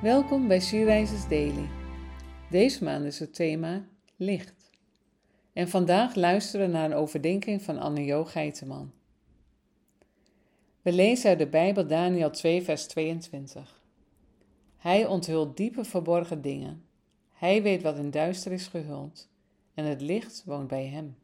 Welkom bij She-Rises Daily. Deze maand is het thema licht. En vandaag luisteren we naar een overdenking van Anne-Jo Geiteman. We lezen uit de Bijbel Daniel 2 vers 22. Hij onthult diepe verborgen dingen. Hij weet wat in duister is gehuld. En het licht woont bij hem.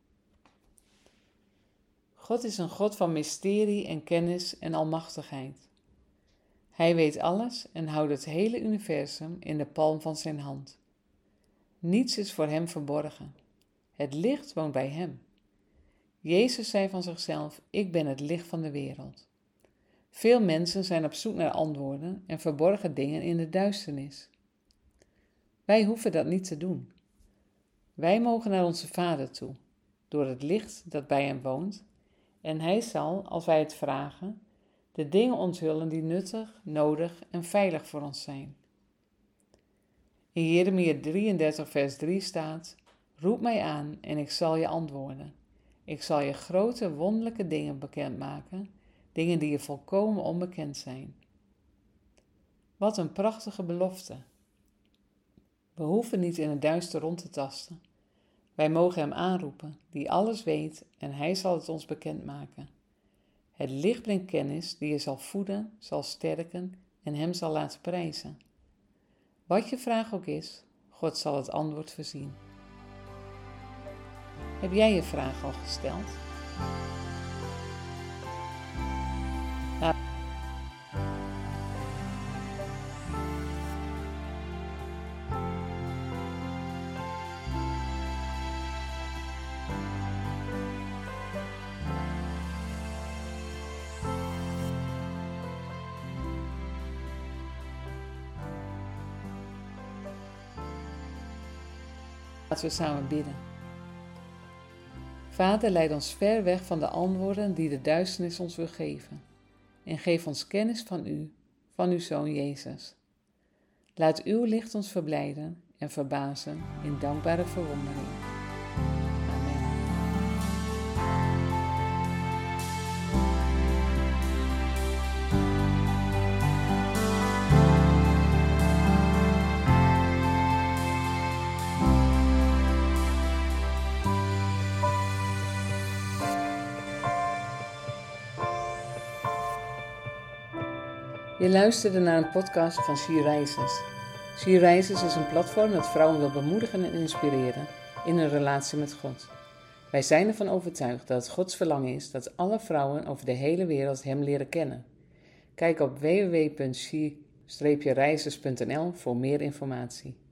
God is een God van mysterie en kennis en almachtigheid. Hij weet alles en houdt het hele universum in de palm van zijn hand. Niets is voor hem verborgen. Het licht woont bij hem. Jezus zei van zichzelf: ik ben het licht van de wereld. Veel mensen zijn op zoek naar antwoorden en verborgen dingen in de duisternis. Wij hoeven dat niet te doen. Wij mogen naar onze Vader toe, door het licht dat bij hem woont, en hij zal, als wij het vragen, de dingen onthullen die nuttig, nodig en veilig voor ons zijn. In Jeremia 33 vers 3 staat: roep mij aan en ik zal je antwoorden. Ik zal je grote, wonderlijke dingen bekendmaken, dingen die je volkomen onbekend zijn. Wat een prachtige belofte. We hoeven niet in het duister rond te tasten. Wij mogen hem aanroepen, die alles weet, en hij zal het ons bekendmaken. Het licht brengt kennis die je zal voeden, zal sterken en hem zal laten prijzen. Wat je vraag ook is, God zal het antwoord voorzien. Heb jij je vraag al gesteld? Laten we samen bidden. Vader, leid ons ver weg van de antwoorden die de duisternis ons wil geven. En geef ons kennis van uw Zoon Jezus. Laat uw licht ons verblijden en verbazen in dankbare verwondering. Amen. Je luisterde naar een podcast van She-Rises. She-Rises is een platform dat vrouwen wil bemoedigen en inspireren in hun relatie met God. Wij zijn ervan overtuigd dat het Gods verlangen is dat alle vrouwen over de hele wereld hem leren kennen. Kijk op www.she-rises.nl voor meer informatie.